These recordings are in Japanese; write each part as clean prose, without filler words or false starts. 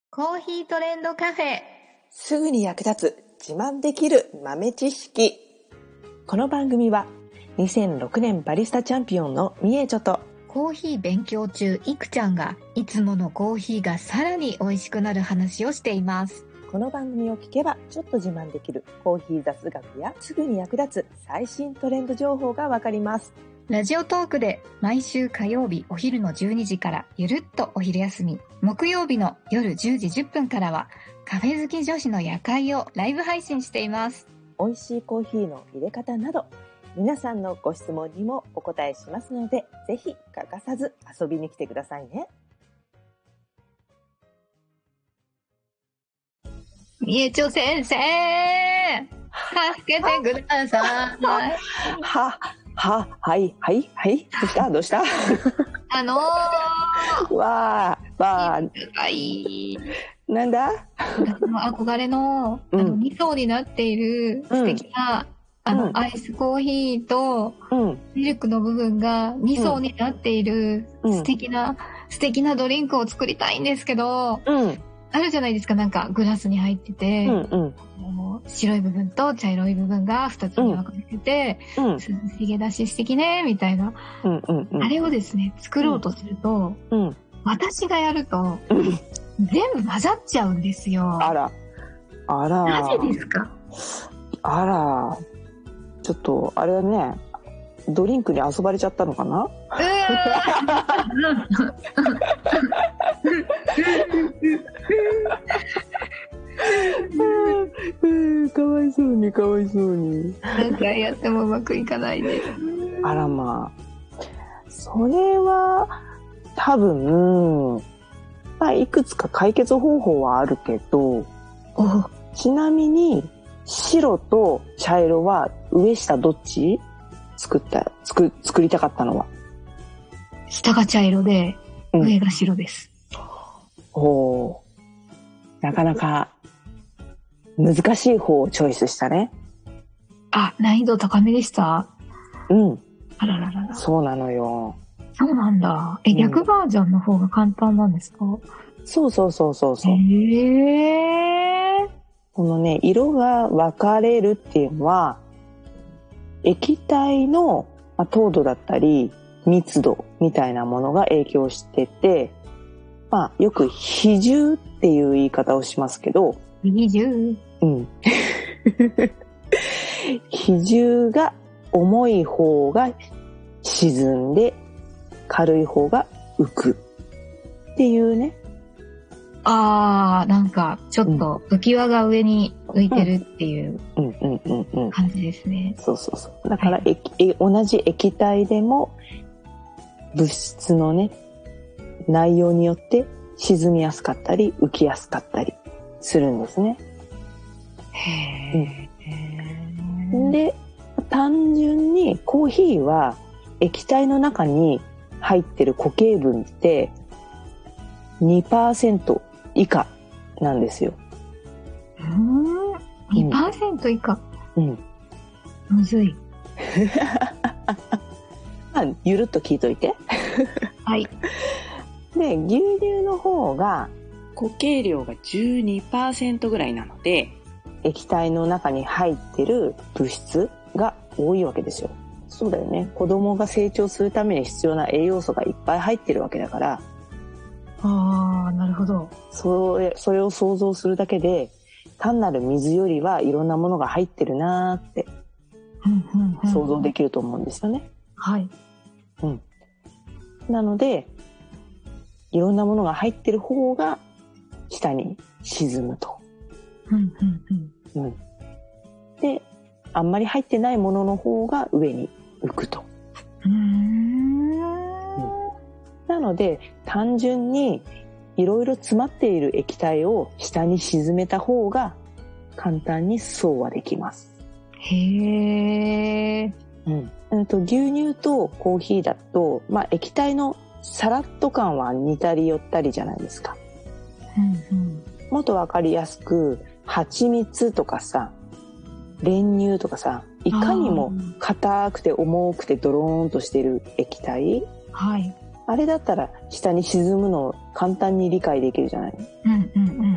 コーヒートレンドカフェ。 すぐに役立つ自慢できる豆知識。この番組は2006年バリスタチャンピオンのみえちょとコーヒー勉強中いくちゃんがいつものコーヒーがさらに美味しくなる話をしています。 この番組を聞けばちょっと自慢できるコーヒー雑学やすぐに役立つ最新トレンド情報がわかります。 ラジオトークで毎週火曜日お昼の12時からゆるっとお昼休み、木曜日の夜10時10分からはカフェ好き女子の夜会をライブ配信しています。 美味しいコーヒーの入れ方など皆さんのご質問にもお答えしますので、ぜひ欠かさず遊びに来てくださいね。 みえちょ先生、助けてください。 はい。どうしたわー。なんだ憧れの、2層になっている素敵な、アイスコーヒーと、ミルクの部分が2層になっている素敵なドリンクを作りたいんですけど、あるじゃないですか、なんかグラスに入ってて、白い部分と茶色い部分が2つに分かれてて、涼しげだし素敵ねみたいな、あれをですね作ろうとすると、私がやると、全部混ざっちゃうんですよ。 あらなぜですか？ あら、ちょっとあれはね、ドリンクに遊ばれちゃったのかな。かわいそうに何回やってもうまくいかないです。 あらまあ、それは多分、いくつか解決方法はあるけど、ちなみに白と茶色は上下どっち作りたかったのは？ 下が茶色で、上が白です。 なかなか難しい方をチョイスしたね。 難易度高めでした？あららら。 そうなのよ。 そうなんだ。逆バージョンの方が簡単なんですか？ そう。このね、色が分かれるっていうのは、液体の糖度だったり密度みたいなものが影響してて、よく比重っていう言い方をしますけど、 比重？ 比重が重い方が沈んで軽い方が浮くっていうね。 なんかちょっと浮き輪が上に浮いてるっていう感じですね。 そう。だから、同じ液体でも物質のね、内容によって沈みやすかったり浮きやすかったりするんですね。で、単純にコーヒーは液体の中に入ってる固形分って 2% 以下なんですよ。 2% 以下。むずい。 ゆるっと聞いといて。 はい。 で、牛乳の方が固形量が 12% ぐらいなので、液体の中に入ってる物質が多いわけですよ。そうだよね。子供が成長するために必要な栄養素がいっぱい入ってるわけだから。 なるほど。 それを想像するだけで、単なる水よりはいろんなものが入ってるなーって想像できると思うんですよね。 はい。 なので、いろんなものが入ってる方が下に沈むと。で、あんまり入ってないものの方が上に浮くと。なので、単純にいろいろ詰まっている液体を下に沈めた方が簡単にそうはできます。 牛乳とコーヒーだと、液体のさらっと感は似たり寄ったりじゃないですか。もっとわかりやすく、蜂蜜とかさ、練乳とかさ、いかにも硬くて重くてドローンとしている液体、あれだったら下に沈むのを簡単に理解できるじゃない。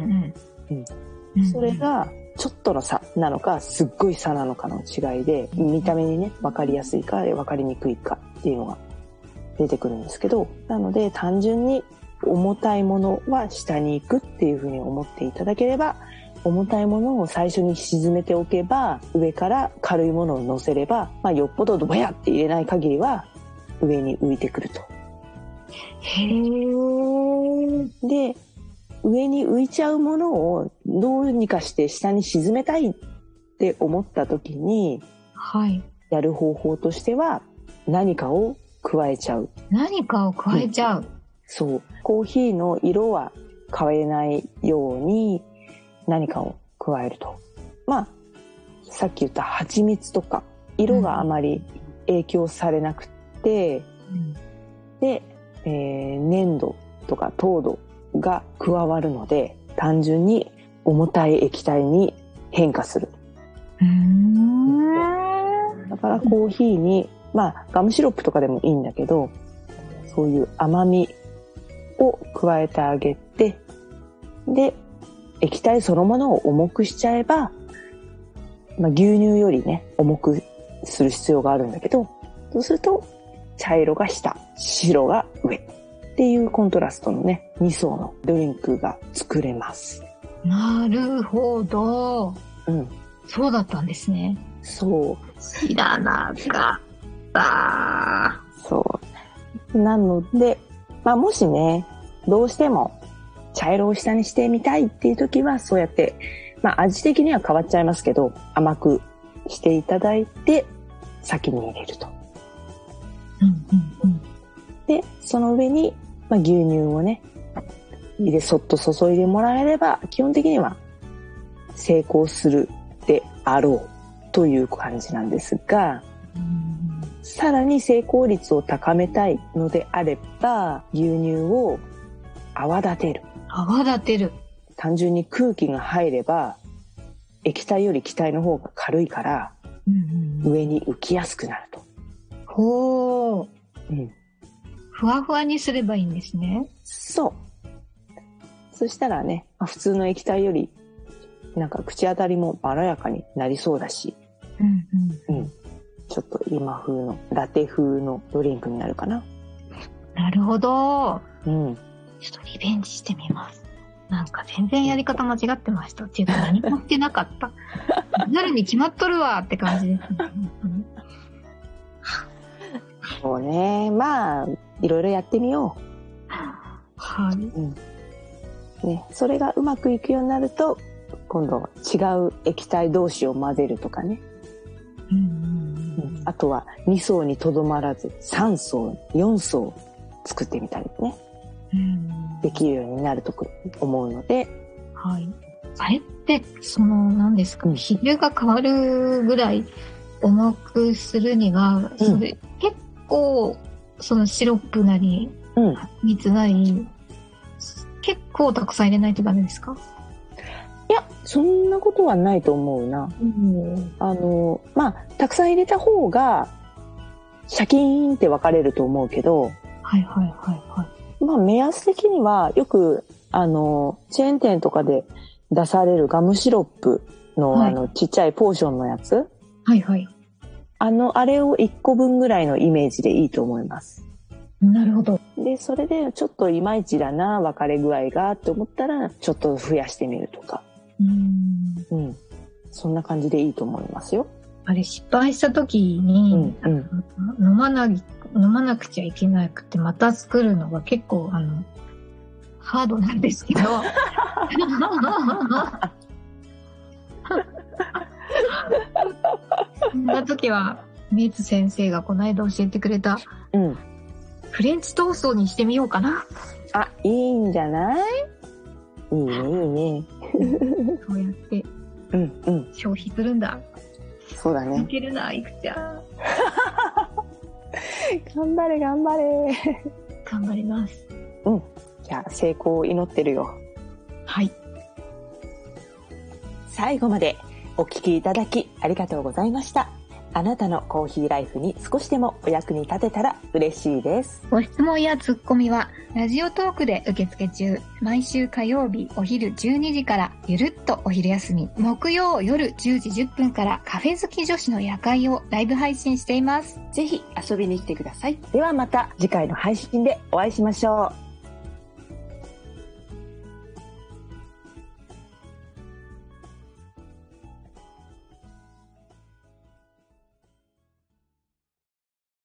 それがちょっとの差なのかすっごい差なのかの違いで、見た目にね分かりやすいか分かりにくいかっていうのが出てくるんですけど、なので単純に重たいものは下に行くっていうふうに思っていただければ、重たいものを最初に沈めておけば、上から軽いものを乗せれば、よっぽどドバヤって入れない限りは上に浮いてくると。 へー。 で、上に浮いちゃうものをどうにかして下に沈めたいって思った時に、 はい。 やる方法としては何かを加えちゃう。 何かを加えちゃう。 そう。コーヒーの色は変えないように何かを加えると。さっき言った蜂蜜とか色があまり影響されなくて、で、粘度とか糖度が加わるので、単純に重たい液体に変化する。だからコーヒーに、ガムシロップとかでもいいんだけど、そういう甘みを加えてあげて、で、液体そのものを重くしちゃえば、牛乳よりね、重くする必要があるんだけど、そうすると、茶色が下、白が上っていうコントラストのね、2層のドリンクが作れます。 なるほど。そうだったんですね。 そう。 知らなかった。 そう。なので、もしね、どうしても茶色を下にしてみたいっていう時は、そうやって、味的には変わっちゃいますけど、甘くしていただいて、先に入れると。で、その上に、牛乳をね、そっと注いでもらえれば、基本的には成功するであろうという感じなんですが、さらに成功率を高めたいのであれば、牛乳を泡立てる。 泡立てる。 単純に空気が入れば、液体より気体の方が軽いから、上に浮きやすくなると。 ほー。ふわふわにすればいいんですね。そう。 そしたらね、普通の液体より、口当たりもまろやかになりそうだし、ちょっと今風の、ラテ風のドリンクになるかな。 なるほど。ちょっとリベンジしてみます。全然やり方間違ってました。っていうか何もしてなかった。なるに決まっとるわって感じですね。 そうね。いろいろやってみよう。 はい。 ね、それがうまくいくようになると、今度違う液体同士を混ぜるとかね。あとは2層にとどまらず3層、4層作ってみたりね。できるようになると思うので。 はい。あれって、何ですか、比重が変わるぐらい重くするには、それ結構、シロップなり、蜜なり、結構たくさん入れないとダメですか？ いや、そんなことはないと思うな。たくさん入れた方が、シャキーンって分かれると思うけど、目安的にはよくチェーン店とかで出されるガムシロップの、ちっちゃいポーションのやつ、あれを1個分ぐらいのイメージでいいと思います。 なるほど。 で、それでちょっといまいちだな、分かれ具合がって思ったらちょっと増やしてみるとか、そんな感じでいいと思いますよ。 あれ失敗した時に、飲まなくちゃいけなくて、また作るのが結構ハードなんですけど。そんな時は、ミツ先生がこの間教えてくれた、フレンチトーストにしてみようかな。 あ、いいんじゃない？いいね、いいね。 そうやって、消費するんだ。 そうだね。 いけるな、いくちゃん。 頑張れ、頑張れ。 頑張ります。 じゃあ、成功を祈ってるよ。 はい。 最後までお聞きいただきありがとうございました。 あなたのコーヒーライフに少しでもお役に立てたら嬉しいです。 ご質問やツッコミはラジオトークで受付中。毎週火曜日お昼12時からゆるっとお昼休み、木曜夜10時10分からカフェ好き女子の夜会をライブ配信しています。 ぜひ遊びに来てください。ではまた次回の配信でお会いしましょう。